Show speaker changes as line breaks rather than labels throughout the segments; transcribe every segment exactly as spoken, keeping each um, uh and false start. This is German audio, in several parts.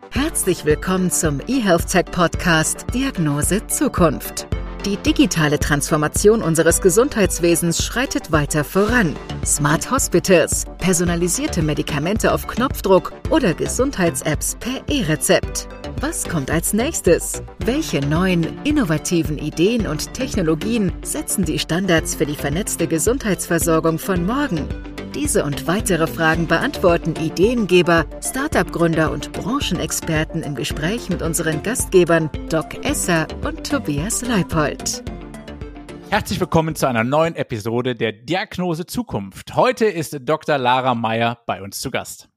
Herzlich willkommen zum eHealth-Tech-Podcast Diagnose Zukunft. Die digitale Transformation unseres Gesundheitswesens schreitet weiter voran. Smart Hospitals, personalisierte Medikamente auf Knopfdruck oder Gesundheits-Apps per E-Rezept. Was kommt als nächstes? Welche neuen, innovativen Ideen und Technologien setzen die Standards für die vernetzte Gesundheitsversorgung von morgen? Diese und weitere Fragen beantworten Ideengeber, Start-up-Gründer und Branchenexperten im Gespräch mit unseren Gastgebern Doc Esser und Tobias Leipold.
Herzlich willkommen zu einer neuen Episode der Diagnose Zukunft. Heute ist Doktor Lara Meyer bei uns zu Gast.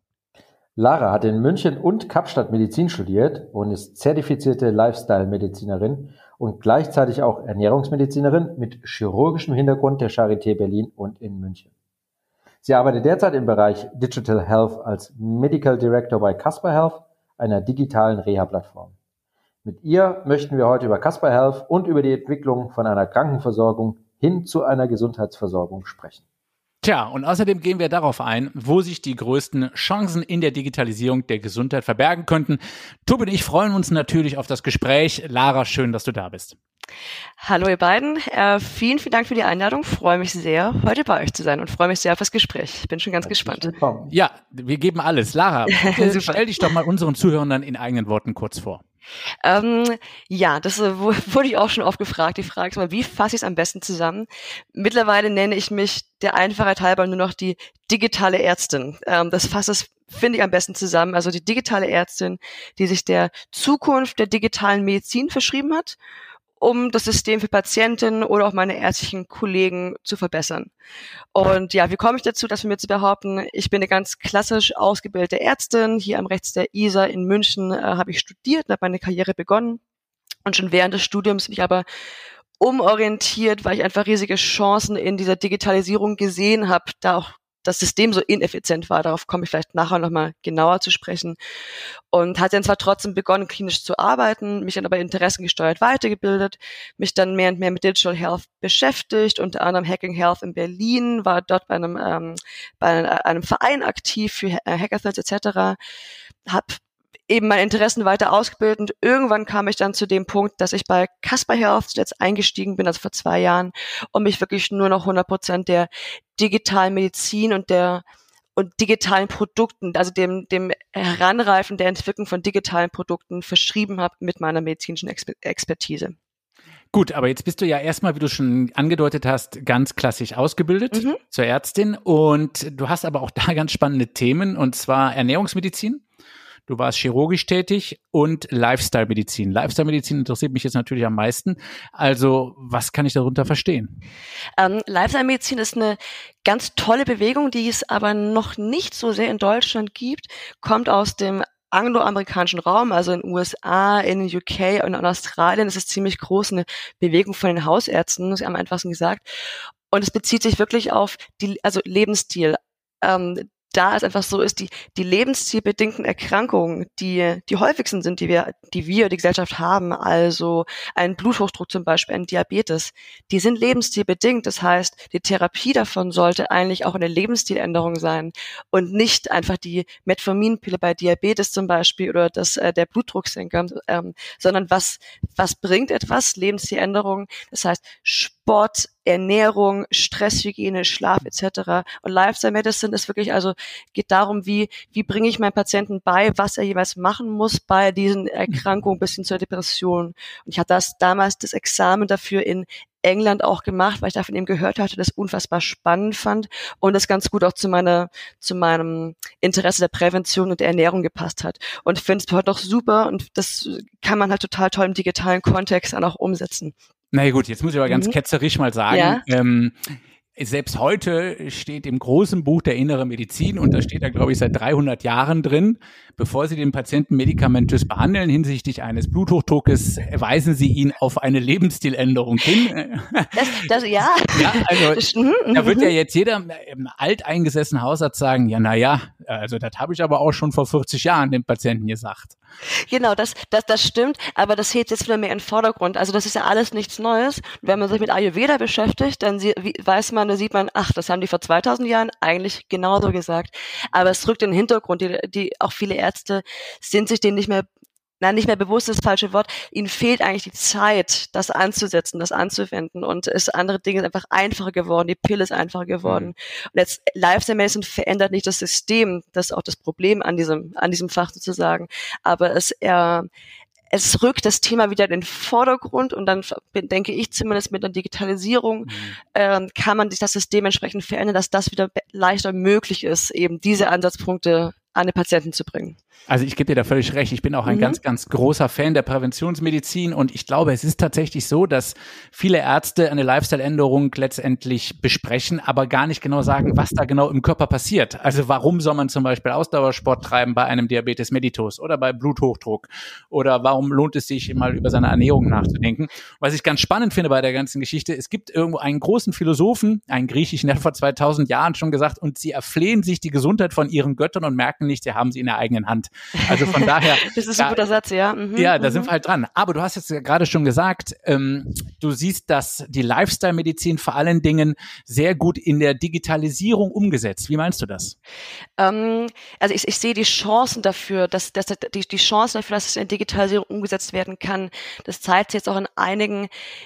Lara hat in München und Kapstadt Medizin studiert und ist zertifizierte Lifestyle-Medizinerin und gleichzeitig auch Ernährungsmedizinerin mit chirurgischem Hintergrund der Charité Berlin und in München. Sie arbeitet derzeit im Bereich Digital Health als Medical Director bei Casper Health, einer digitalen Reha-Plattform. Mit ihr möchten wir heute über Casper Health und über die Entwicklung von einer Krankenversorgung hin zu einer Gesundheitsversorgung sprechen.
Tja, und außerdem gehen wir darauf ein, wo sich die größten Chancen in der Digitalisierung der Gesundheit verbergen könnten. Tobi und ich freuen uns natürlich auf das Gespräch. Lara, schön, dass du da bist.
Hallo ihr beiden, äh, vielen, vielen Dank für die Einladung. Freue mich sehr, heute bei euch zu sein und freue mich sehr auf das Gespräch. Ich bin schon ganz Herzlich gespannt.
Willkommen.
Ja, wir geben alles. Lara, bitte stell dich doch mal unseren Zuhörern dann in eigenen Worten kurz vor.
Ähm, ja, das äh, wurde ich auch schon oft gefragt. Die Frage ist mal, wie fasse ich es am besten zusammen? Mittlerweile nenne ich mich der Einfachheit halber nur noch die digitale Ärztin. Ähm, das fasst es, finde ich, am besten zusammen. Also die digitale Ärztin, die sich der Zukunft der digitalen Medizin verschrieben hat, um das System für Patientinnen oder auch meine ärztlichen Kollegen zu verbessern. Und ja, wie komme ich dazu, das von mir zu behaupten? Ich bin eine ganz klassisch ausgebildete Ärztin. Hier am rechts der I S A in München äh, habe ich studiert und habe meine Karriere begonnen. Und schon während des Studiums bin ich aber umorientiert, weil ich einfach riesige Chancen in dieser Digitalisierung gesehen habe, da auch das System so ineffizient war. Darauf komme ich vielleicht nachher nochmal genauer zu sprechen. Und hat dann zwar trotzdem begonnen, klinisch zu arbeiten, mich dann aber interessengesteuert weitergebildet, mich dann mehr und mehr mit Digital Health beschäftigt, unter anderem Hacking Health in Berlin, war dort bei einem, ähm, bei einem Verein aktiv für Hackathons et cetera. Hab eben meine Interessen weiter ausgebildet und irgendwann kam ich dann zu dem Punkt, dass ich bei Casper Health jetzt eingestiegen bin, also vor zwei Jahren, und mich wirklich nur noch hundert Prozent der digitalen Medizin und der und digitalen Produkten, also dem dem Heranreifen der Entwicklung von digitalen Produkten verschrieben habe mit meiner medizinischen Exper- Expertise.
Gut, aber jetzt bist du ja erstmal, wie du schon angedeutet hast, ganz klassisch ausgebildet mhm. zur Ärztin und du hast aber auch da ganz spannende Themen und zwar Ernährungsmedizin. Du warst chirurgisch tätig und Lifestyle-Medizin. Lifestyle-Medizin interessiert mich jetzt natürlich am meisten. Also, was kann ich darunter verstehen?
Ähm, Lifestyle-Medizin ist eine ganz tolle Bewegung, die es aber noch nicht so sehr in Deutschland gibt. Kommt aus dem angloamerikanischen Raum, also in den U S A, in den U K und in Australien. Das ist ziemlich groß, eine Bewegung von den Hausärzten, das ist am einfachsten gesagt. Und es bezieht sich wirklich auf die, also Lebensstil. Ähm, Da es einfach so ist, die, die lebensstilbedingten Erkrankungen, die, die häufigsten sind, die wir, die wir, die Gesellschaft haben, also ein Bluthochdruck zum Beispiel, ein Diabetes, die sind lebensstilbedingt. Das heißt, die Therapie davon sollte eigentlich auch eine Lebensstiländerung sein und nicht einfach die Metforminpille bei Diabetes zum Beispiel oder das, äh, der Blutdrucksenker, ähm, sondern was, was bringt etwas? Lebensstiländerung. Das heißt, Sport, Ernährung, Stresshygiene, Schlaf et cetera. Und Lifestyle Medicine ist wirklich, also geht darum, wie wie bringe ich meinem Patienten bei, was er jeweils machen muss bei diesen Erkrankungen bis hin zur Depression. Und ich hatte das damals das Examen dafür in England auch gemacht, weil ich davon eben gehört hatte, das unfassbar spannend fand und das ganz gut auch zu meiner zu meinem Interesse der Prävention und der Ernährung gepasst hat. Und ich finde es heute noch super und das kann man halt total toll im digitalen Kontext dann auch umsetzen.
Na ja, gut, jetzt muss ich aber ganz mhm. ketzerisch mal sagen,
ja?
ähm, selbst heute steht im großen Buch der Innere Medizin, und da steht da, glaube ich, seit dreihundert Jahren drin, bevor Sie den Patienten medikamentös behandeln hinsichtlich eines Bluthochdruckes, weisen Sie ihn auf eine Lebensstiländerung hin.
Das, das, ja.
ja, also da wird ja jetzt jeder alteingesessene Hausarzt sagen, ja, na ja, also das habe ich aber auch schon vor vierzig Jahren dem Patienten gesagt.
Genau, das, das, das stimmt, aber das hebt jetzt wieder mehr in den Vordergrund. Also das ist ja alles nichts Neues. Wenn man sich mit Ayurveda beschäftigt, dann sie, wie, weiß man, da sieht man, ach, das haben die vor zweitausend Jahren eigentlich genauso gesagt. Aber es rückt in den Hintergrund, die, die auch viele Ärzte sind sich denen nicht mehr Nein, nicht mehr bewusst ist das falsche Wort. Ihnen fehlt eigentlich die Zeit, das anzusetzen, das anzuwenden. Und es andere Dinge sind einfach einfacher geworden. Die Pille ist einfacher geworden. Mhm. Und jetzt Lifestyle Medicine verändert nicht das System. Das ist auch das Problem an diesem, an diesem Fach sozusagen. Aber es, äh, es rückt das Thema wieder in den Vordergrund. Und dann denke ich zumindest mit der Digitalisierung, mhm. äh, kann man sich das System entsprechend verändern, dass das wieder leichter möglich ist, eben diese Ansatzpunkte an den Patienten zu bringen.
Also ich gebe dir da völlig recht. Ich bin auch ein mhm. ganz, ganz großer Fan der Präventionsmedizin und ich glaube, es ist tatsächlich so, dass viele Ärzte eine Lifestyle-Änderung letztendlich besprechen, aber gar nicht genau sagen, was da genau im Körper passiert. Also warum soll man zum Beispiel Ausdauersport treiben bei einem Diabetes mellitus oder bei Bluthochdruck oder warum lohnt es sich mal über seine Ernährung nachzudenken. Was ich ganz spannend finde bei der ganzen Geschichte, es gibt irgendwo einen großen Philosophen, einen griechischen, der hat vor zweitausend Jahren schon gesagt, und sie erflehen sich die Gesundheit von ihren Göttern und merken nicht, sie haben sie in der eigenen Hand. Also von daher.
Das ist ein da, guter Satz, ja. Mhm,
ja, da
mhm.
sind wir halt dran. Aber du hast jetzt gerade schon gesagt, ähm, du siehst, dass die Lifestyle-Medizin vor allen Dingen sehr gut in der Digitalisierung umgesetzt. Wie meinst du das?
Ähm, also ich, ich sehe die Chancen dafür, dass, dass die, die Chancen dafür, dass es in der Digitalisierung umgesetzt werden kann. Das zeigt sich jetzt auch in einigen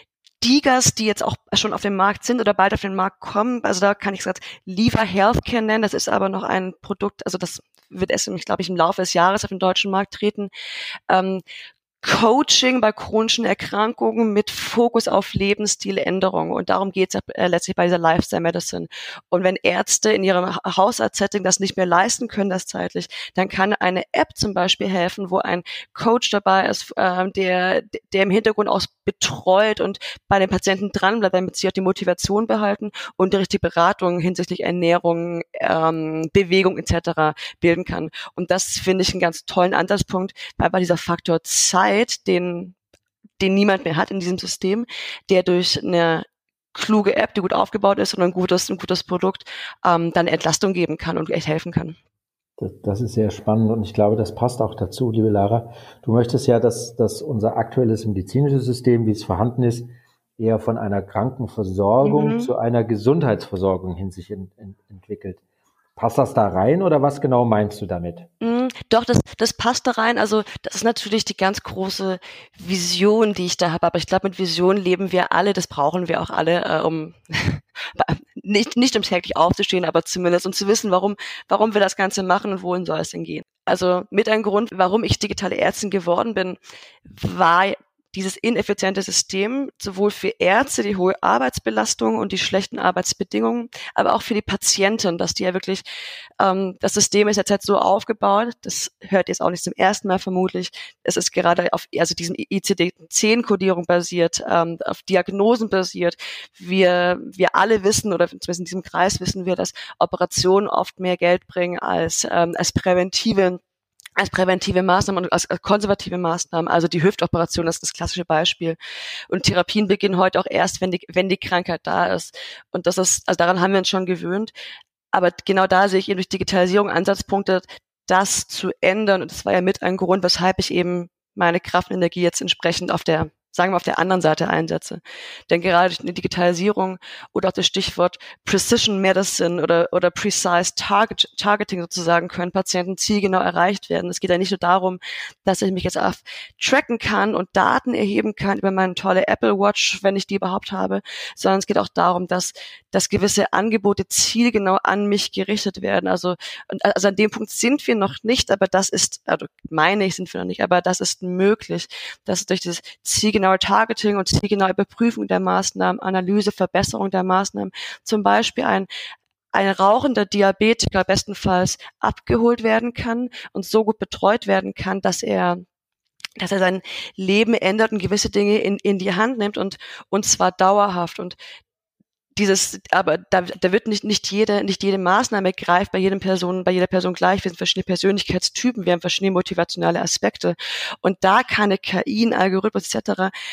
Digas, die jetzt auch schon auf dem Markt sind oder bald auf den Markt kommen. Also da kann ich gesagt Liva Healthcare nennen. Das ist aber noch ein Produkt, also das wird erst, ich glaube ich, im Laufe des Jahres auf den deutschen Markt treten. Ähm, Coaching bei chronischen Erkrankungen mit Fokus auf Lebensstiländerung. Und darum geht es äh, letztlich bei dieser Lifestyle Medicine. Und wenn Ärzte in ihrem Hausarztsetting das nicht mehr leisten können, das zeitlich, dann kann eine App zum Beispiel helfen, wo ein Coach dabei ist, äh, der, der im Hintergrund auch betreut und bei den Patienten dranbleibt, damit sie auch die Motivation behalten und die richtige Beratung hinsichtlich Ernährung, ähm, Bewegung et cetera bilden kann. Und das finde ich einen ganz tollen Ansatzpunkt, weil bei dieser Faktor Zeit, den, den niemand mehr hat in diesem System, der durch eine kluge App, die gut aufgebaut ist und ein gutes, ein gutes Produkt, ähm, dann Entlastung geben kann und echt helfen kann.
Das, das ist sehr spannend und ich glaube, das passt auch dazu, liebe Lara. Du möchtest ja, dass, dass unser aktuelles medizinisches System, wie es vorhanden ist, eher von einer Krankenversorgung mhm. zu einer Gesundheitsversorgung hin sich ent, ent, entwickelt. Passt das da rein oder was genau meinst du damit?
Mm, doch, das, das passt da rein. Also das ist natürlich die ganz große Vision, die ich da habe. Aber ich glaube, mit Vision leben wir alle. Das brauchen wir auch alle, äh, um nicht, nicht um täglich aufzustehen, aber zumindest um zu wissen, warum, warum wir das Ganze machen und wohin soll es denn gehen. Also mit ein Grund, warum ich digitale Ärztin geworden bin, war dieses ineffiziente System, sowohl für Ärzte, die hohe Arbeitsbelastung und die schlechten Arbeitsbedingungen, aber auch für die Patienten, dass die ja wirklich, ähm, das System ist jetzt halt so aufgebaut, das hört jetzt auch nicht zum ersten Mal vermutlich, es ist gerade auf, also diesem I C D zehn Kodierung basiert, ähm, auf Diagnosen basiert. Wir, wir alle wissen, oder zumindest in diesem Kreis wissen wir, dass Operationen oft mehr Geld bringen als, ähm, als präventive als präventive Maßnahmen und als konservative Maßnahmen, also die Hüftoperation ist das klassische Beispiel. Und Therapien beginnen heute auch erst, wenn die, wenn die Krankheit da ist. Und das ist, also daran haben wir uns schon gewöhnt. Aber genau da sehe ich eben durch Digitalisierung Ansatzpunkte, das zu ändern. Und das war ja mit ein Grund, weshalb ich eben meine Kraft und Energie jetzt entsprechend auf der, sagen wir, auf der anderen Seite einsetze. Denn gerade durch eine Digitalisierung oder auch das Stichwort Precision Medicine oder, oder Precise Target, Targeting sozusagen können Patienten zielgenau erreicht werden. Es geht ja nicht nur darum, dass ich mich jetzt auf tracken kann und Daten erheben kann über meine tolle Apple Watch, wenn ich die überhaupt habe, sondern es geht auch darum, dass, dass gewisse Angebote zielgenau an mich gerichtet werden. Also, also an dem Punkt sind wir noch nicht, aber das ist, also meine ich, sind wir noch nicht, aber das ist möglich, dass durch das zielgenau Targeting und zielgenaue Überprüfung der Maßnahmen, Analyse, Verbesserung der Maßnahmen, zum Beispiel ein ein rauchender Diabetiker bestenfalls abgeholt werden kann und so gut betreut werden kann, dass er dass er sein Leben ändert und gewisse Dinge in, in die Hand nimmt und, und zwar dauerhaft. Und dieses, aber da, da wird nicht, nicht jede, nicht jede Maßnahme greift bei jedem Person, bei jeder Person gleich. Wir sind verschiedene Persönlichkeitstypen, wir haben verschiedene motivationale Aspekte. Und da kann eine K I, ein Algorithmus et cetera,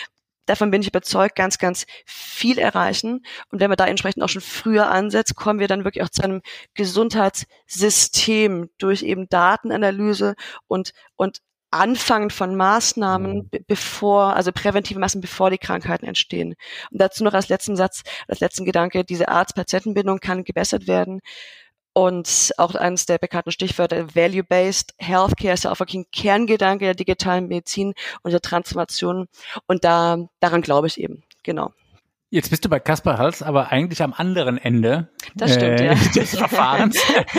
davon bin ich überzeugt, ganz, ganz viel erreichen. Und wenn man da entsprechend auch schon früher ansetzt, kommen wir dann wirklich auch zu einem Gesundheitssystem durch eben Datenanalyse und, und Anfangen von Maßnahmen, be- bevor, also präventive Maßnahmen, bevor die Krankheiten entstehen. Und dazu noch als letzten Satz, als letzten Gedanke, diese Arzt-Patienten-Bindung kann gebessert werden. Und auch eines der bekannten Stichwörter, Value-Based Healthcare, ist ja auch wirklich ein Kerngedanke der digitalen Medizin und der Transformation. Und da, daran glaube ich eben, genau.
Jetzt bist du bei Kaspar Hals, aber eigentlich am anderen Ende
Das stimmt,
äh,
ja.
des Verfahrens.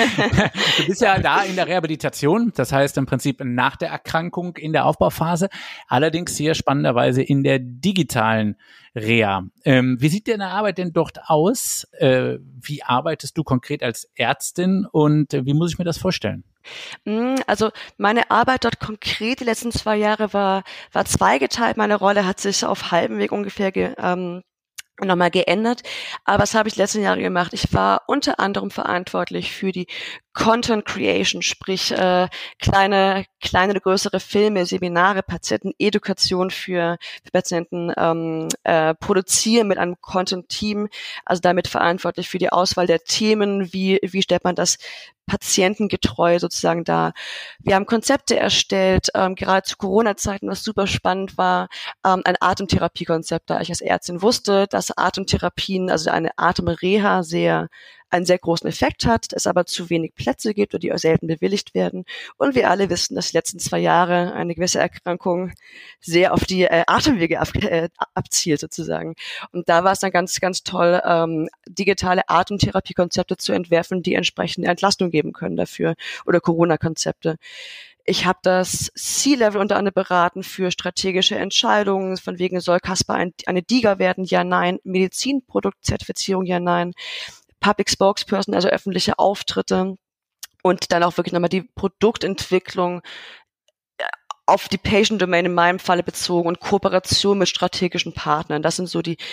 Du bist ja da in der Rehabilitation, das heißt im Prinzip nach der Erkrankung in der Aufbauphase, allerdings hier spannenderweise in der digitalen Reha. Ähm, wie sieht deine Arbeit denn dort aus? Äh, wie arbeitest du konkret als Ärztin und äh, wie muss ich mir das vorstellen?
Also meine Arbeit dort konkret die letzten zwei Jahre war, war zweigeteilt. Meine Rolle hat sich auf halbem Weg ungefähr ge, ähm, nochmal geändert. Aber was habe ich letzten Jahre gemacht? Ich war unter anderem verantwortlich für die Content Creation, sprich äh, kleine, kleine, größere Filme, Seminare, Patienten-Edukation für, für Patienten ähm, äh, produzieren mit einem Content-Team, also damit verantwortlich für die Auswahl der Themen, wie, wie stellt man das patientengetreu sozusagen da. Wir haben Konzepte erstellt, ähm, gerade zu Corona-Zeiten, was super spannend war, ähm, ein Atemtherapie-Konzept, da ich als Ärztin wusste, dass Atemtherapien, also eine Atemreha sehr einen sehr großen Effekt hat, es aber zu wenig Plätze gibt oder die auch selten bewilligt werden. Und wir alle wissen, dass die letzten zwei Jahre eine gewisse Erkrankung sehr auf die äh, Atemwege ab, äh, abzielt sozusagen. Und da war es dann ganz, ganz toll, ähm, digitale Atemtherapiekonzepte zu entwerfen, die entsprechende Entlastung geben können dafür oder Corona-Konzepte. Ich habe das C-Level unter anderem beraten für strategische Entscheidungen, von wegen soll Kaspar ein, eine D I G A werden, ja, nein, Medizinproduktzertifizierung, ja, nein, Public Spokesperson, also öffentliche Auftritte und dann auch wirklich nochmal die Produktentwicklung auf die Patient Domain in meinem Falle bezogen und Kooperation mit strategischen Partnern. Das sind so die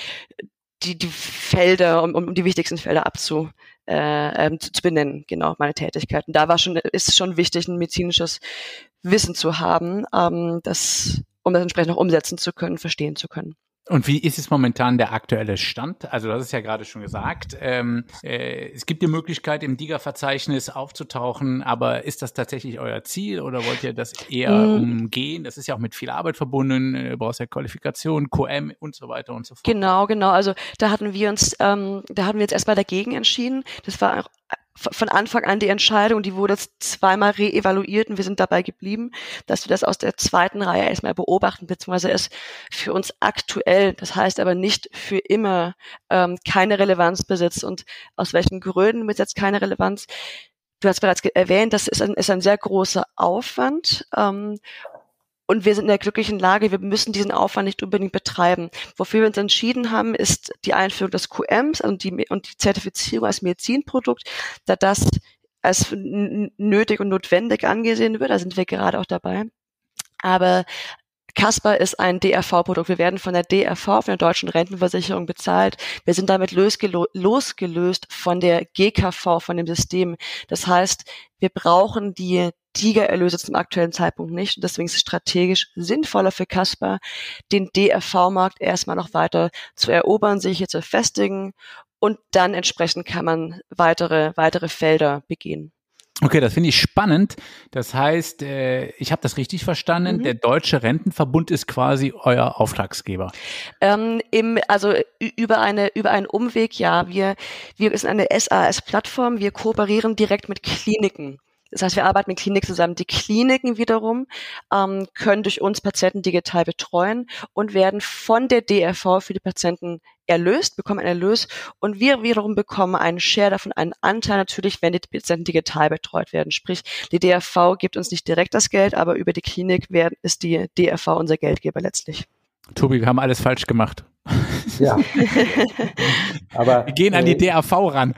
die die Felder, um, um die wichtigsten Felder abzu äh, ähm, zu, zu benennen, genau, meine Tätigkeiten. Da war schon ist schon wichtig, ein medizinisches Wissen zu haben, ähm, das um das entsprechend auch umsetzen zu können, verstehen zu können.
Und wie ist es momentan der aktuelle Stand? Also du hast es ja gerade schon gesagt, ähm, äh, es gibt die Möglichkeit, im D I G A-Verzeichnis aufzutauchen, aber ist das tatsächlich euer Ziel oder wollt ihr das eher mm. umgehen? Das ist ja auch mit viel Arbeit verbunden, du brauchst ja Qualifikation, Q M und so weiter und so fort.
Genau, genau. Also da hatten wir uns, ähm, da hatten wir jetzt erstmal dagegen entschieden. Das war auch von Anfang an die Entscheidung, die wurde jetzt zweimal reevaluiert und wir sind dabei geblieben, dass wir das aus der zweiten Reihe erstmal beobachten, beziehungsweise es für uns aktuell, das heißt aber nicht für immer, ähm, keine Relevanz besitzt. Und aus welchen Gründen besitzt keine Relevanz? Du hast bereits erwähnt, das ist ein, ist ein sehr großer Aufwand. Ähm, Und wir sind in der glücklichen Lage, wir müssen diesen Aufwand nicht unbedingt betreiben. Wofür wir uns entschieden haben, ist die Einführung des Q Ms und die, und die Zertifizierung als Medizinprodukt, da das als nötig und notwendig angesehen wird. Da sind wir gerade auch dabei. Aber Kaspar ist ein D R V-Produkt. Wir werden von der D R V, von der Deutschen Rentenversicherung bezahlt. Wir sind damit losgelo- losgelöst von der G K V, von dem System. Das heißt, wir brauchen die D I G A-Erlöse zum aktuellen Zeitpunkt nicht. Und deswegen ist es strategisch sinnvoller für Kaspar, den D R V-Markt erstmal noch weiter zu erobern, sich hier zu festigen und dann entsprechend kann man weitere, weitere Felder begehen.
Okay, das finde ich spannend. Das heißt, äh, ich habe das richtig verstanden, mhm. Der Deutsche Rentenverbund ist quasi euer Auftragsgeber.
Ähm, im, also über eine über einen Umweg, ja. Wir wir sind eine S A S-Plattform. Wir kooperieren direkt mit Kliniken. Das heißt, wir arbeiten mit Kliniken zusammen. Die Kliniken wiederum ähm, können durch uns Patienten digital betreuen und werden von der D R V für die Patienten erlöst, bekommen einen Erlös und wir wiederum bekommen einen Share davon, einen Anteil natürlich, wenn die Patienten digital betreut werden. Sprich, die D R V gibt uns nicht direkt das Geld, aber über die Klinik werden, ist die D R V unser Geldgeber letztlich.
Tobi, wir haben alles falsch gemacht.
Ja. Aber,
wir gehen an die D R V ran.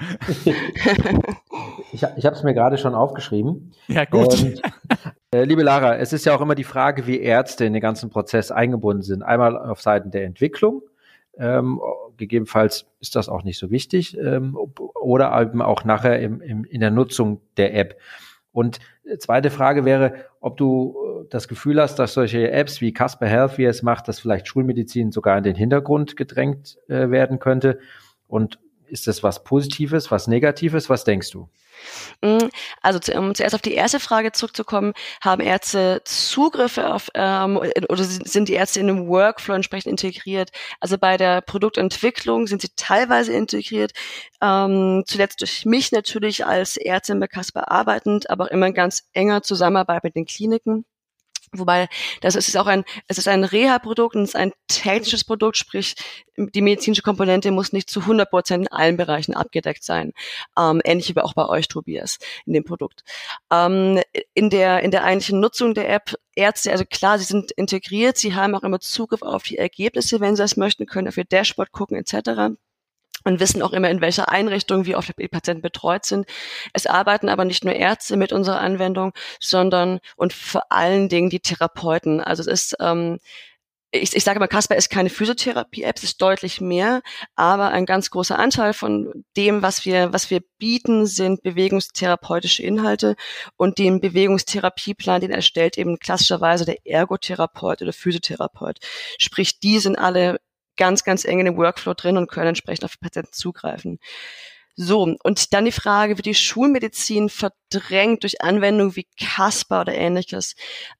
ich ich habe es mir gerade schon aufgeschrieben.
Ja, gut.
Und, äh, liebe Lara, es ist ja auch immer die Frage, wie Ärzte in den ganzen Prozess eingebunden sind. Einmal auf Seiten der Entwicklung. Ähm, gegebenenfalls ist das auch nicht so wichtig. Ähm, oder eben auch nachher im, im, in der Nutzung der App. Und zweite Frage wäre, ob du das Gefühl hast, dass solche Apps wie Casper Health, wie es macht, dass vielleicht Schulmedizin sogar in den Hintergrund gedrängt äh, werden könnte. Und ist das was Positives, was Negatives? Was denkst du?
Also um zuerst auf die erste Frage zurückzukommen, haben Ärzte Zugriffe auf ähm, oder sind die Ärzte in einem Workflow entsprechend integriert? Also bei der Produktentwicklung sind sie teilweise integriert, ähm, zuletzt durch mich natürlich als Ärztin bei Casper arbeitend, aber auch immer in ganz enger Zusammenarbeit mit den Kliniken. Wobei, das ist auch ein, es ist ein Reha-Produkt und es ist ein technisches Produkt, sprich, die medizinische Komponente muss nicht zu hundert Prozent in allen Bereichen abgedeckt sein. Ähm, ähnlich wie auch bei euch, Tobias, in dem Produkt. Ähm, in der, in der eigentlichen Nutzung der App, Ärzte, also klar, sie sind integriert, sie haben auch immer Zugriff auf die Ergebnisse, wenn sie das möchten, können auf ihr Dashboard gucken, et cetera. Und wissen auch immer, in welcher Einrichtung, wie oft die Patienten betreut sind. Es arbeiten aber nicht nur Ärzte mit unserer Anwendung, sondern und vor allen Dingen die Therapeuten. Also es ist, ähm, ich, ich sage mal, Casper ist keine Physiotherapie-App, es ist deutlich mehr, aber ein ganz großer Anteil von dem, was wir, was wir bieten, sind bewegungstherapeutische Inhalte und den Bewegungstherapieplan, den erstellt eben klassischerweise der Ergotherapeut oder Physiotherapeut. Sprich, die sind alle ganz, ganz eng in dem Workflow drin und können entsprechend auf Patienten zugreifen. So, und dann die Frage, wird die Schulmedizin verdrängt durch Anwendungen wie Casper oder ähnliches?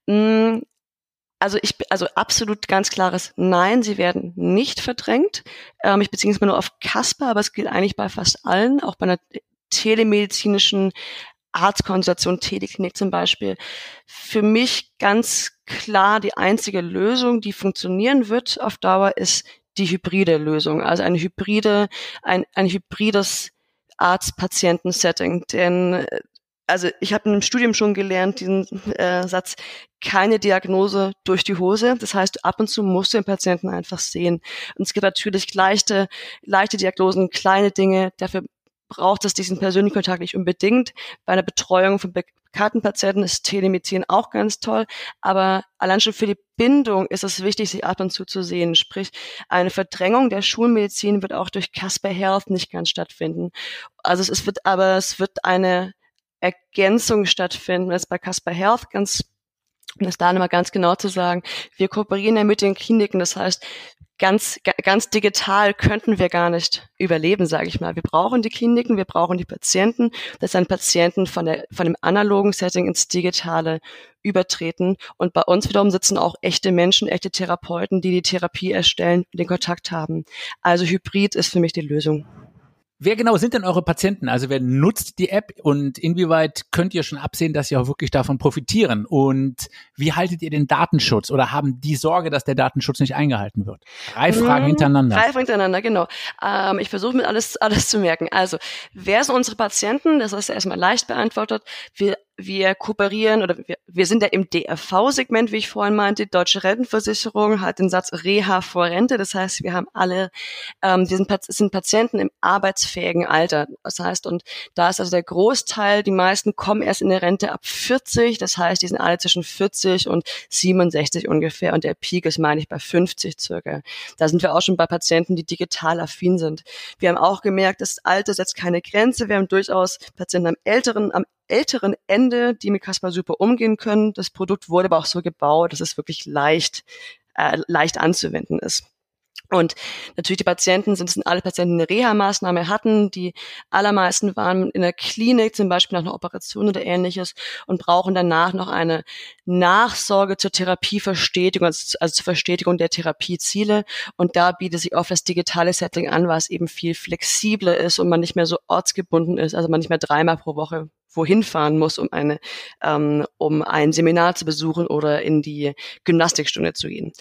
Also ich, also absolut ganz klares Nein, sie werden nicht verdrängt. Ähm, ich beziehe es mal nur auf Casper, aber es gilt eigentlich bei fast allen, auch bei einer telemedizinischen Arztkonsultation, Teleklinik zum Beispiel. Für mich ganz klar die einzige Lösung, die funktionieren wird auf Dauer, ist die hybride Lösung, also eine hybride, ein, ein hybrides Arzt-Patienten-Setting. Denn also ich habe im Studium schon gelernt, diesen äh, Satz, keine Diagnose durch die Hose. Das heißt, ab und zu musst du den Patienten einfach sehen. Und es gibt natürlich leichte, leichte Diagnosen, kleine Dinge, dafür braucht es diesen persönlichen Kontakt nicht unbedingt. Bei einer Betreuung von bekannten Patienten ist Telemedizin auch ganz toll, aber allein schon für die Bindung ist es wichtig, sich ab und zu zu sehen. Sprich, eine Verdrängung der Schulmedizin wird auch durch Casper Health nicht ganz stattfinden. Also es, es wird, aber es wird eine Ergänzung stattfinden. Das ist bei Casper Health ganz, um das da nochmal ganz genau zu sagen, wir kooperieren ja mit den Kliniken, das heißt, Ganz, ganz digital könnten wir gar nicht überleben, sage ich mal. Wir brauchen die Kliniken, wir brauchen die Patienten, dass dann Patienten von der, von dem analogen Setting ins Digitale übertreten. Und bei uns wiederum sitzen auch echte Menschen, echte Therapeuten, die die Therapie erstellen, den Kontakt haben. Also Hybrid ist für mich die Lösung.
Wer genau sind denn eure Patienten? Also wer nutzt die App und inwieweit könnt ihr schon absehen, dass sie auch wirklich davon profitieren? Und wie haltet ihr den Datenschutz oder haben die Sorge, dass der Datenschutz nicht eingehalten wird? Drei Fragen hintereinander.
Drei Fragen hintereinander, genau. Ähm, ich versuche mir alles, alles zu merken. Also, wer sind unsere Patienten? Das ist ja erstmal leicht beantwortet. Wir Wir kooperieren oder wir, wir sind ja im D R V-Segment, wie ich vorhin meinte. Die Deutsche Rentenversicherung hat den Satz Reha vor Rente. Das heißt, wir haben alle, ähm, wir sind, sind Patienten im arbeitsfähigen Alter. Das heißt, und da ist also der Großteil, die meisten kommen erst in der Rente ab vierzig. Das heißt, die sind alle zwischen vierzig und siebenundsechzig ungefähr. Und der Peak ist, meine ich, bei fünfzig circa. Da sind wir auch schon bei Patienten, die digital affin sind. Wir haben auch gemerkt, das Alter setzt keine Grenze. Wir haben durchaus Patienten am älteren, am älteren Ende, die mit Casper super umgehen können. Das Produkt wurde aber auch so gebaut, dass es wirklich leicht, äh, leicht anzuwenden ist. Und natürlich die Patienten sind, sind alle Patienten, die eine Reha-Maßnahme hatten. Die allermeisten waren in der Klinik, zum Beispiel nach einer Operation oder ähnliches, und brauchen danach noch eine Nachsorge zur Therapieverstetigung, also, also zur Verstetigung der Therapieziele. Und da bietet sich oft das digitale Setting an, was eben viel flexibler ist und man nicht mehr so ortsgebunden ist, also man nicht mehr dreimal pro Woche wohin fahren muss, um eine, ähm, um ein Seminar zu besuchen oder in die Gymnastikstunde zu gehen.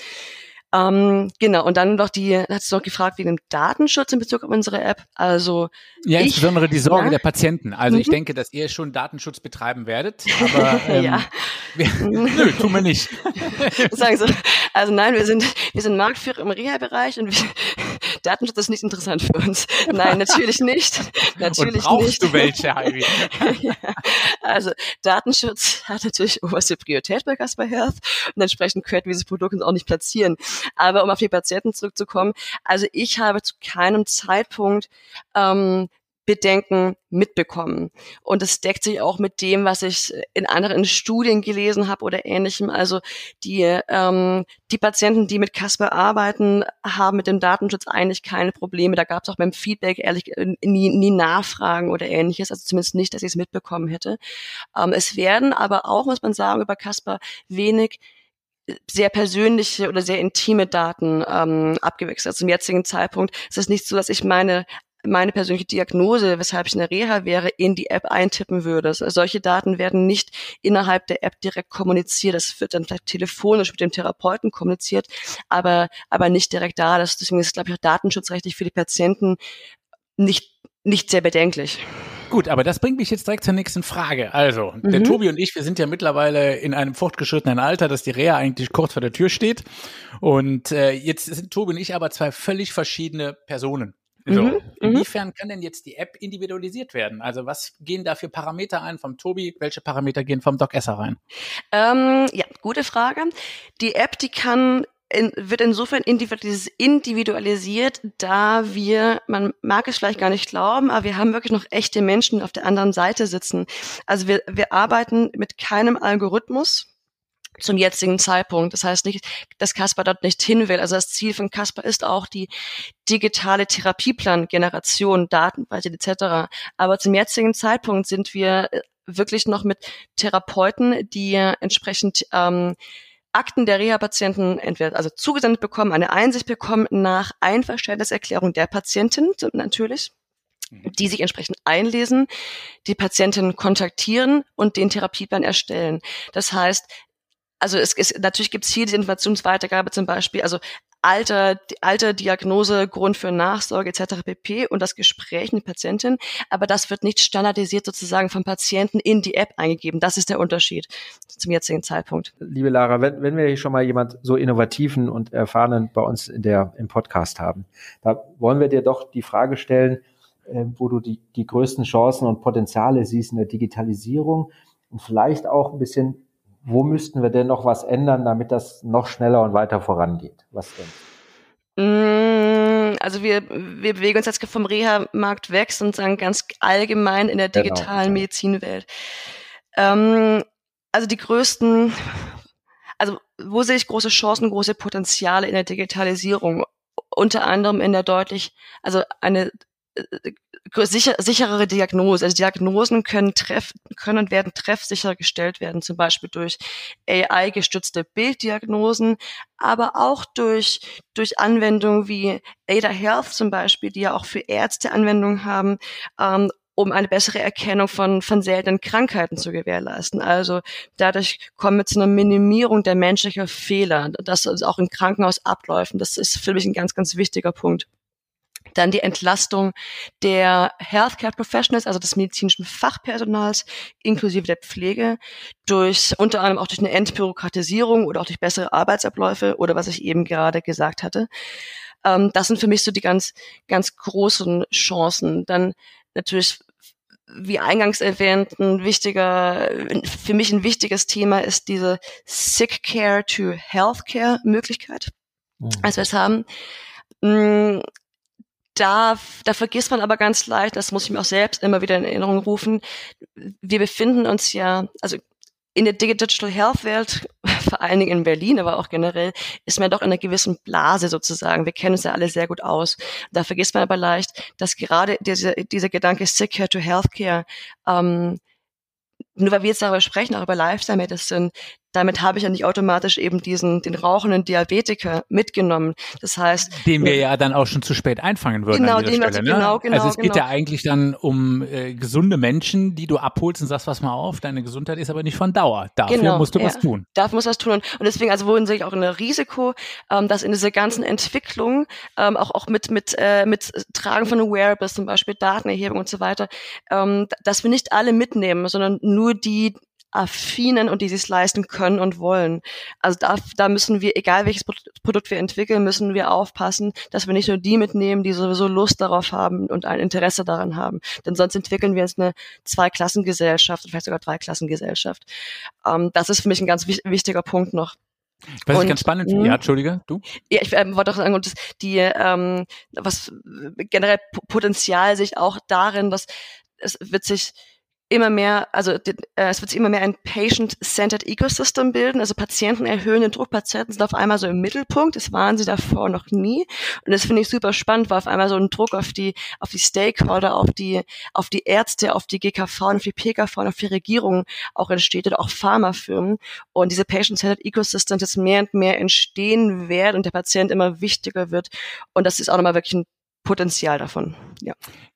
Ähm, genau, und dann noch die, hat es noch gefragt wegen dem Datenschutz in Bezug auf unsere App. Also
ja,
ich,
insbesondere die Sorge
ja?
der Patienten. Also
mhm.
ich denke, dass ihr schon Datenschutz betreiben werdet, aber ähm,
ja.
wir, nö, tun wir nicht.
Sagen Sie, also nein, wir sind wir sind Marktführer im Reha-Bereich und wir, Datenschutz ist nicht interessant für uns. Nein, natürlich nicht. Natürlich
und brauchst
nicht.
du welche, Heidi?
Ja, also Datenschutz hat natürlich oberste Priorität bei Casper Health und entsprechend können wir dieses Produkt uns auch nicht platzieren. Aber um auf die Patienten zurückzukommen, also ich habe zu keinem Zeitpunkt ähm, Bedenken mitbekommen. Und es deckt sich auch mit dem, was ich in anderen Studien gelesen habe oder Ähnlichem. Also die ähm, die Patienten, die mit Casper arbeiten, haben mit dem Datenschutz eigentlich keine Probleme. Da gab es auch beim Feedback ehrlich nie, nie Nachfragen oder Ähnliches. Also zumindest nicht, dass ich es mitbekommen hätte. Ähm, es werden aber auch, muss man sagen, über Casper wenig sehr persönliche oder sehr intime Daten ähm, abgewechselt. Also zum jetzigen Zeitpunkt ist es nicht so, dass ich meine meine persönliche Diagnose, weshalb ich in der Reha wäre, in die App eintippen würde. Also solche Daten werden nicht innerhalb der App direkt kommuniziert. Das wird dann vielleicht telefonisch mit dem Therapeuten kommuniziert, aber aber nicht direkt da. Das, deswegen ist es, glaube ich, auch datenschutzrechtlich für die Patienten nicht nicht sehr bedenklich.
Gut, aber das bringt mich jetzt direkt zur nächsten Frage. Also, mhm. der Tobi und ich, wir sind ja mittlerweile in einem fortgeschrittenen Alter, dass die Reha eigentlich kurz vor der Tür steht. Und äh, jetzt sind Tobi und ich aber zwei völlig verschiedene Personen. So,
mhm.
inwiefern kann denn jetzt die App individualisiert werden? Also was gehen da für Parameter ein vom Tobi? Welche Parameter gehen vom Doc Esser rein?
Ähm, ja, gute Frage. Die App, die kann In, wird insofern individualisiert, da wir, man mag es vielleicht gar nicht glauben, aber wir haben wirklich noch echte Menschen auf der anderen Seite sitzen. Also wir, wir arbeiten mit keinem Algorithmus zum jetzigen Zeitpunkt. Das heißt nicht, dass Casper dort nicht hin will. Also das Ziel von Casper ist auch die digitale Therapieplan-Generation, Datenweite et cetera. Aber zum jetzigen Zeitpunkt sind wir wirklich noch mit Therapeuten, die entsprechend ähm, Akten der Reha-Patienten entweder also zugesendet bekommen, eine Einsicht bekommen nach Einverständniserklärung der Patientin natürlich, die sich entsprechend einlesen, die Patientin kontaktieren und den Therapieplan erstellen. Das heißt, also es ist natürlich gibt es hier die Informationsweitergabe zum Beispiel, also Alter, Alter, Diagnose, Grund für Nachsorge et cetera pp. Und das Gespräch mit Patientin, aber das wird nicht standardisiert sozusagen vom Patienten in die App eingegeben. Das ist der Unterschied zum jetzigen Zeitpunkt.
Liebe Lara, wenn, wenn wir hier schon mal jemand so innovativen und erfahrenen bei uns in der im Podcast haben, da wollen wir dir doch die Frage stellen, äh, wo du die, die größten Chancen und Potenziale siehst in der Digitalisierung und vielleicht auch ein bisschen, wo müssten wir denn noch was ändern, damit das noch schneller und weiter vorangeht? Was denkst
du? Also wir, wir bewegen uns jetzt vom Reha-Markt weg und sagen ganz allgemein in der digitalen genau. Medizinwelt. Ähm, also die größten, also wo sehe ich große Chancen, große Potenziale in der Digitalisierung? Unter anderem in der deutlich, also eine Sicher, sicherere Diagnose. Also Diagnosen können treff, können und werden treffsicher gestellt werden, zum Beispiel durch A I-gestützte Bilddiagnosen, aber auch durch, durch Anwendungen wie Ada Health zum Beispiel, die ja auch für Ärzte Anwendungen haben, ähm, um eine bessere Erkennung von, von seltenen Krankheiten zu gewährleisten. Also dadurch kommen wir zu einer Minimierung der menschlichen Fehler, das also auch in Krankenhausabläufen. Das ist für mich ein ganz, ganz wichtiger Punkt. Dann die Entlastung der Healthcare Professionals, also des medizinischen Fachpersonals, inklusive der Pflege, durch unter anderem auch durch eine Entbürokratisierung oder auch durch bessere Arbeitsabläufe oder was ich eben gerade gesagt hatte. Ähm, das sind für mich so die ganz, ganz großen Chancen. Dann natürlich, wie eingangs erwähnt, ein wichtiger, für mich ein wichtiges Thema ist diese Sick Care to Healthcare Möglichkeit. Mhm. Also wir es haben, mh, Da, da vergisst man aber ganz leicht, das muss ich mir auch selbst immer wieder in Erinnerung rufen, wir befinden uns ja, also in der Digital Health Welt, vor allen Dingen in Berlin, aber auch generell, ist man doch in einer gewissen Blase sozusagen. Wir kennen uns ja alle sehr gut aus. Da vergisst man aber leicht, dass gerade dieser, dieser Gedanke Sick Care to Healthcare, ähm, nur weil wir jetzt darüber sprechen, auch über Lifestyle Medicine, damit habe ich ja nicht automatisch eben diesen, den rauchenden Diabetiker mitgenommen. Das heißt.
Den wir ja dann auch schon zu spät einfangen würden.
Genau,
an dieser
den
Stelle,
wir,
ne?
genau, genau.
Also es geht
genau.
ja eigentlich dann um äh, gesunde Menschen, die du abholst und sagst, pass mal auf, deine Gesundheit ist aber nicht von Dauer. Dafür
genau,
musst du
ja.
was tun.
Dafür musst du was tun. Und, und deswegen, also wohin sehe ich auch ein Risiko, ähm, dass in dieser ganzen Entwicklung, ähm, auch, auch mit, mit, äh, mit Tragen von Wearables, zum Beispiel Datenerhebung und so weiter, ähm, dass wir nicht alle mitnehmen, sondern nur die affinen und die sich leisten können und wollen. Also da, da müssen wir, egal welches Produkt wir entwickeln, müssen wir aufpassen, dass wir nicht nur die mitnehmen, die sowieso Lust darauf haben und ein Interesse daran haben. Denn sonst entwickeln wir jetzt eine Zweiklassengesellschaft, vielleicht sogar Dreiklassengesellschaft. Ähm, das ist für mich ein ganz wich- wichtiger Punkt noch.
Was
und,
ich ganz spannend finde, ja, Entschuldige, du?
Ja, ich ähm, wollte auch sagen, und das, die, ähm, was generell P- Potenzial sich auch darin, dass es wird sich immer mehr, also die, äh, es wird sich immer mehr ein Patient-Centered Ecosystem bilden, also Patienten erhöhen den Druck, Patienten sind auf einmal so im Mittelpunkt, das waren sie davor noch nie und das finde ich super spannend, weil auf einmal so ein Druck auf die auf die Stakeholder, auf die auf die Ärzte, auf die G K V, auf die P K V, auf die Regierung auch entsteht oder auch Pharmafirmen und diese Patient-Centered Ecosystems jetzt mehr und mehr entstehen werden und der Patient immer wichtiger wird und das ist auch nochmal wirklich ein Potenzial davon, ja.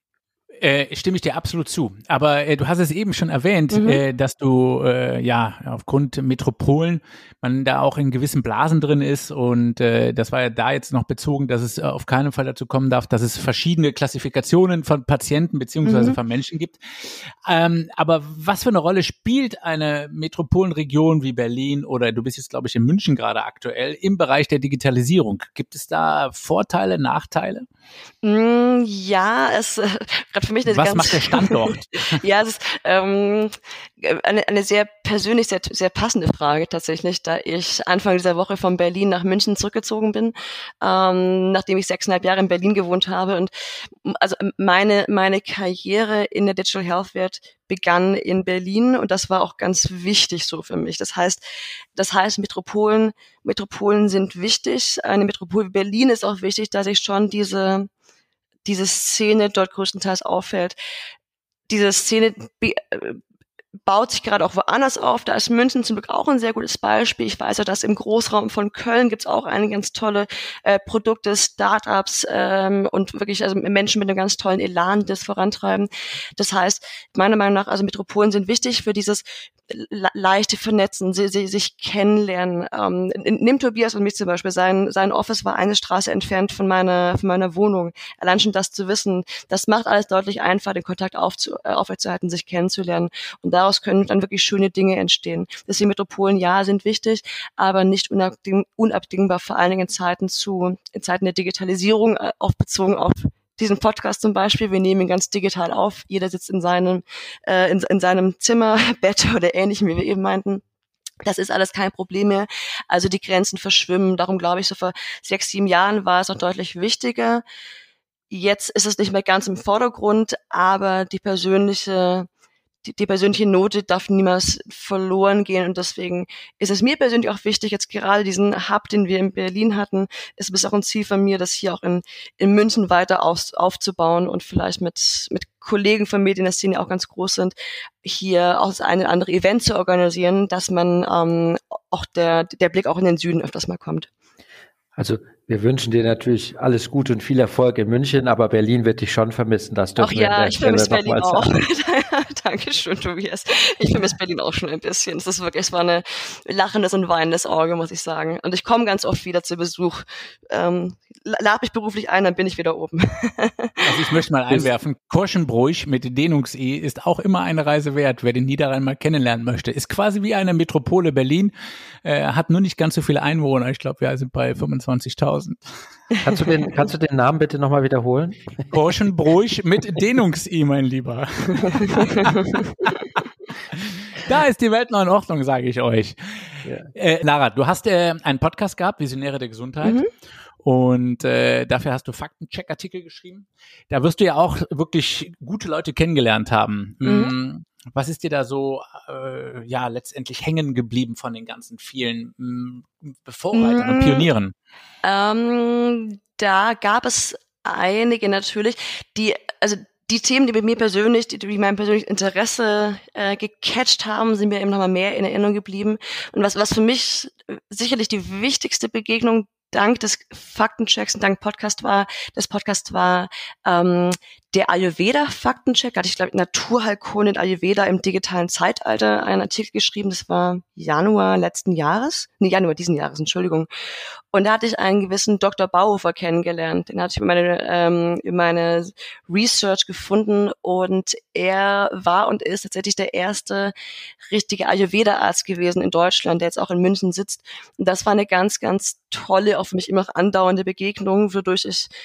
Äh, stimme ich dir absolut zu. Aber äh, du hast es eben schon erwähnt,
Mhm.
äh, dass du äh, ja aufgrund Metropolen man da auch in gewissen Blasen drin ist und äh, das war ja da jetzt noch bezogen, dass es äh, auf keinen Fall dazu kommen darf, dass es verschiedene Klassifikationen von Patienten beziehungsweise
Mhm.
von Menschen gibt. Ähm, aber was für eine Rolle spielt eine Metropolenregion wie Berlin oder du bist jetzt glaube ich in München gerade aktuell im Bereich der Digitalisierung? Gibt es da Vorteile, Nachteile?
Mm, Ja, es äh, gerade für mich eine
Was
ganz
macht der Standort?
ja, es ist ähm, eine, eine sehr persönlich sehr sehr passende Frage tatsächlich, da ich Anfang dieser Woche von Berlin nach München zurückgezogen bin, ähm, nachdem ich sechseinhalb Jahre in Berlin gewohnt habe und m- also meine meine Karriere in der Digital Health Welt begann in Berlin und das war auch ganz wichtig so für mich. Das heißt, das heißt Metropolen Metropolen sind wichtig. Eine Metropole wie Berlin ist auch wichtig, dass ich schon diese diese Szene dort größtenteils auffällt. Diese Szene be- äh, baut sich gerade auch woanders auf. Da ist München zum Glück auch ein sehr gutes Beispiel. Ich weiß ja, dass im Großraum von Köln gibt's auch einige ganz tolle äh, Produkte, Startups ähm, und wirklich also Menschen mit einem ganz tollen Elan, die das vorantreiben. Das heißt, meiner Meinung nach, also Metropolen sind wichtig für dieses le- leichte Vernetzen, sie, sie, sich kennenlernen. Ähm, nimm Tobias und mich zum Beispiel. Sein, sein Office war eine Straße entfernt von meiner, von meiner Wohnung. Allein schon das zu wissen, das macht alles deutlich einfacher, den Kontakt aufzu, äh, aufrechtzuerhalten, sich kennenzulernen. Und daraus können dann wirklich schöne Dinge entstehen. Deswegen Metropolen, ja, sind wichtig, aber nicht unabding, unabdingbar, vor allen Dingen in Zeiten zu, in Zeiten der Digitalisierung, äh, auch bezogen auf diesen Podcast zum Beispiel. Wir nehmen ihn ganz digital auf. Jeder sitzt in seinem, äh, in, in seinem Zimmer, Bett oder ähnlichem, wie wir eben meinten. Das ist alles kein Problem mehr. Also die Grenzen verschwimmen. Darum glaube ich, so vor sechs, sieben Jahren war es noch deutlich wichtiger. Jetzt ist es nicht mehr ganz im Vordergrund, aber die persönliche Die, die persönliche Note darf niemals verloren gehen und deswegen ist es mir persönlich auch wichtig, jetzt gerade diesen Hub, den wir in Berlin hatten, ist es auch ein Ziel von mir, das hier auch in, in München weiter auf, aufzubauen und vielleicht mit, mit Kollegen von mir, die in der Szene auch ganz groß sind, hier auch das eine oder andere Event zu organisieren, dass man ähm, auch der, der Blick auch in den Süden öfters mal kommt.
Also wir wünschen dir natürlich alles Gute und viel Erfolg in München, aber Berlin wird dich schon vermissen. Das dürfen
Ach
wir an
ja,
der
ich
Stelle
vermisse Berlin
nochmal
auch.
sagen.
Dankeschön, Tobias. Ich vermisse Berlin auch schon ein bisschen. Es ist wirklich, es war eine lachendes und weinendes Auge, muss ich sagen. Und ich komme ganz oft wieder zu Besuch. Ähm, lad mich beruflich ein, dann bin ich wieder oben.
Also ich möchte mal einwerfen, Korschenbroich mit Dehnungs-E ist auch immer eine Reise wert, wer den Niederrhein mal kennenlernen möchte. Ist quasi wie eine Metropole Berlin, äh, hat nur nicht ganz so viele Einwohner. Ich glaube, wir sind bei fünfundzwanzigtausend.
Kannst du den, kannst du den Namen bitte nochmal wiederholen?
Korschenbroich mit Dehnungs-E, mein Lieber. Da ist die Welt noch in Ordnung, sage ich euch. Ja. Äh, Lara, du hast äh, einen Podcast gehabt, Visionäre der Gesundheit. Mhm. Und äh, dafür hast du Faktencheck-Artikel geschrieben. Da wirst du ja auch wirklich gute Leute kennengelernt haben. Mhm. Was ist dir da so äh, ja letztendlich hängen geblieben von den ganzen vielen mh, Vorreitern mhm. und Pionieren?
Ähm, da gab es einige natürlich, die also die Themen, die bei mir persönlich, die, die mein persönliches Interesse äh, gecatcht haben, sind mir eben nochmal mehr in Erinnerung geblieben. Und was was für mich sicherlich die wichtigste Begegnung dank des Faktenchecks und dank Podcast war, das Podcast war ähm, der Ayurveda-Faktencheck. Da hatte ich, glaube ich, Naturheilkunde und Ayurveda im digitalen Zeitalter einen Artikel geschrieben. Das war Januar letzten Jahres. Nee, Januar diesen Jahres, Entschuldigung. Und da hatte ich einen gewissen Doktor Bauhofer kennengelernt. Den hatte ich über meine, ähm, über meine Research gefunden. Und er war und ist tatsächlich der erste richtige Ayurveda-Arzt gewesen in Deutschland, der jetzt auch in München sitzt. Und das war eine ganz, ganz tolle, auch für mich immer noch andauernde Begegnung, wodurch ich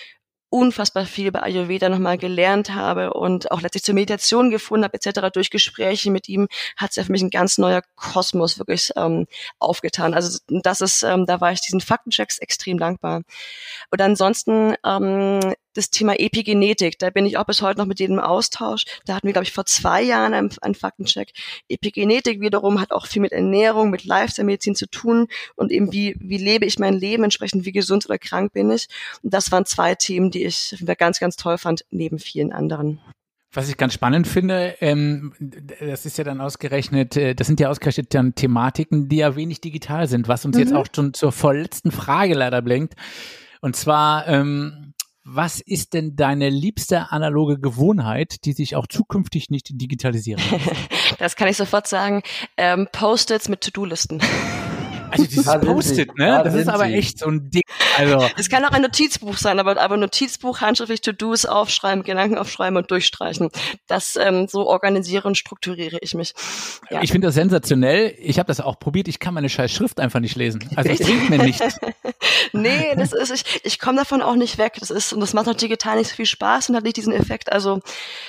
unfassbar viel über Ayurveda nochmal gelernt habe und auch letztlich zur Meditation gefunden habe et cetera. Durch Gespräche mit ihm hat sich für mich ein ganz neuer Kosmos wirklich ähm, aufgetan. Also das ist, ähm, da war ich diesen Faktenchecks extrem dankbar. Und ansonsten ähm, das Thema Epigenetik, da bin ich auch bis heute noch mit jedem im Austausch. Da hatten wir, glaube ich, vor zwei Jahren einen, einen Faktencheck. Epigenetik wiederum hat auch viel mit Ernährung, mit Lifestyle-Medizin zu tun und eben wie, wie lebe ich mein Leben, entsprechend wie gesund oder krank bin ich. Und das waren zwei Themen, die ich ganz, ganz toll fand, neben vielen anderen.
Was ich ganz spannend finde, ähm, das ist ja dann ausgerechnet, äh, das sind ja ausgerechnet dann Thematiken, die ja wenig digital sind, was uns mhm. jetzt auch schon zur vorletzten Frage leider bringt. Und zwar, ähm, was ist denn deine liebste analoge Gewohnheit, die sich auch zukünftig nicht digitalisieren lässt?
Das kann ich sofort sagen. Ähm, Post-its mit To-Do-Listen.
Also dieses Post-it, ne? Das ist aber echt so ein Ding. Also
es kann auch ein Notizbuch sein, aber, aber Notizbuch, handschriftlich To-Dos aufschreiben, Gedanken aufschreiben und durchstreichen. Das ähm, so organisiere und strukturiere ich mich. Ja.
Ich finde das sensationell. Ich habe das auch probiert. Ich kann meine scheiß Schrift einfach nicht lesen. Also das bringt mir nichts.
Nee, das ist, ich, ich komme davon auch nicht weg. Das ist, und das macht auch digital nicht so viel Spaß und hat nicht diesen Effekt. Also,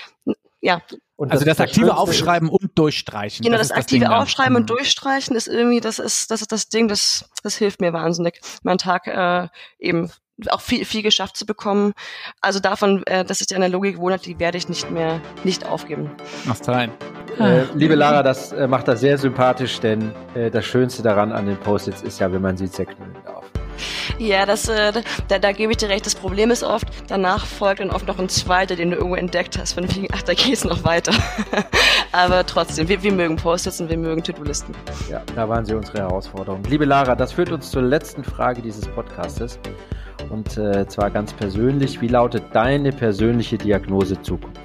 ja.
Und also das, das aktive Aufschreiben und Durchstreichen.
Genau, das,
das
aktive
das
Aufschreiben und Durchstreichen ist irgendwie, das ist, das ist das Ding, das, das hilft mir wahnsinnig, meinen Tag äh, eben auch viel, viel geschafft zu bekommen. Also davon, äh, das ist die analoge Gewohnheit, die werde ich nicht mehr, nicht aufgeben.
Mach's rein.
Äh, liebe Lara, das äh, macht das sehr sympathisch, denn äh, das Schönste daran an den Post-its ist ja, wenn man sie zerknüllen darf.
Ja, das, äh, da, da gebe ich dir recht. Das Problem ist oft, danach folgt dann oft noch ein zweiter, den du irgendwo entdeckt hast. Von wegen, ach, da geht's noch weiter. Aber trotzdem, wir, wir mögen Post-its und wir mögen To-Do-Listen.
Ja, da waren sie unsere Herausforderungen. Liebe Lara, das führt uns zur letzten Frage dieses Podcastes. Und äh, zwar ganz persönlich. Wie lautet deine persönliche Diagnose Zukunft?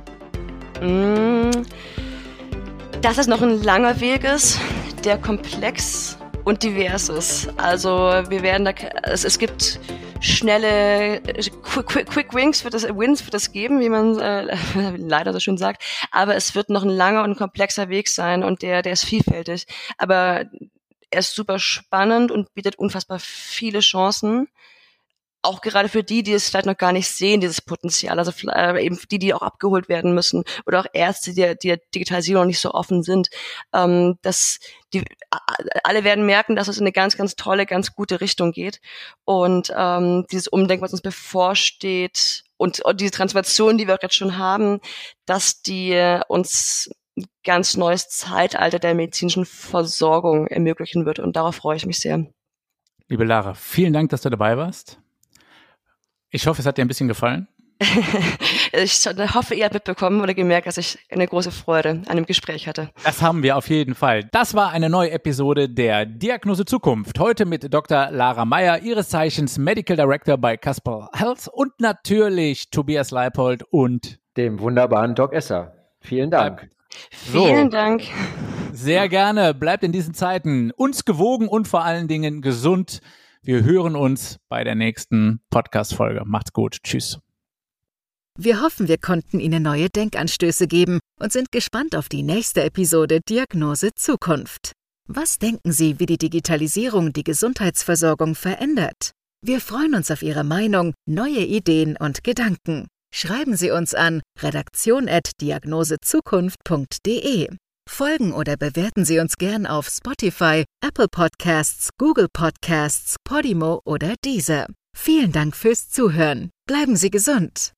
Mm, dass es noch ein langer Weg ist, der komplex und divers ist. Also wir werden da, es, es gibt schnelle Quick, Quick, Quick Wins wird es Wins wird es geben, wie man äh, leider so schön sagt. Aber es wird noch ein langer und komplexer Weg sein und der, der ist vielfältig. Aber er ist super spannend und bietet unfassbar viele Chancen. Auch gerade für die, die es vielleicht noch gar nicht sehen, dieses Potenzial, also äh, eben die, die auch abgeholt werden müssen oder auch Ärzte, die, die der Digitalisierung noch nicht so offen sind, ähm, dass die alle werden merken, dass es in eine ganz, ganz tolle, ganz gute Richtung geht und ähm, dieses Umdenken, was uns bevorsteht und, und diese Transformation, die wir auch jetzt schon haben, dass die äh, uns ein ganz neues Zeitalter der medizinischen Versorgung ermöglichen wird und darauf freue ich mich sehr.
Liebe Lara, vielen Dank, dass du dabei warst. Ich hoffe, es hat dir ein bisschen gefallen.
Ich hoffe, ihr habt mitbekommen oder gemerkt, dass ich eine große Freude an dem Gespräch hatte.
Das haben wir auf jeden Fall. Das war eine neue Episode der Diagnose Zukunft. Heute mit Doktor Lara Meyer, ihres Zeichens Medical Director bei Casper Health und natürlich Tobias Leipold und
dem wunderbaren Doc Esser. Vielen Dank.
Vielen so. Dank.
Sehr gerne. Bleibt in diesen Zeiten uns gewogen und vor allen Dingen gesund. Wir hören uns bei der nächsten Podcast-Folge. Macht's gut. Tschüss.
Wir hoffen, wir konnten Ihnen neue Denkanstöße geben und sind gespannt auf die nächste Episode Diagnose Zukunft. Was denken Sie, wie die Digitalisierung die Gesundheitsversorgung verändert? Wir freuen uns auf Ihre Meinung, neue Ideen und Gedanken. Schreiben Sie uns an redaktion at diagnosezukunft punkt de. Folgen oder bewerten Sie uns gern auf Spotify, Apple Podcasts, Google Podcasts, Podimo oder Deezer. Vielen Dank fürs Zuhören. Bleiben Sie gesund.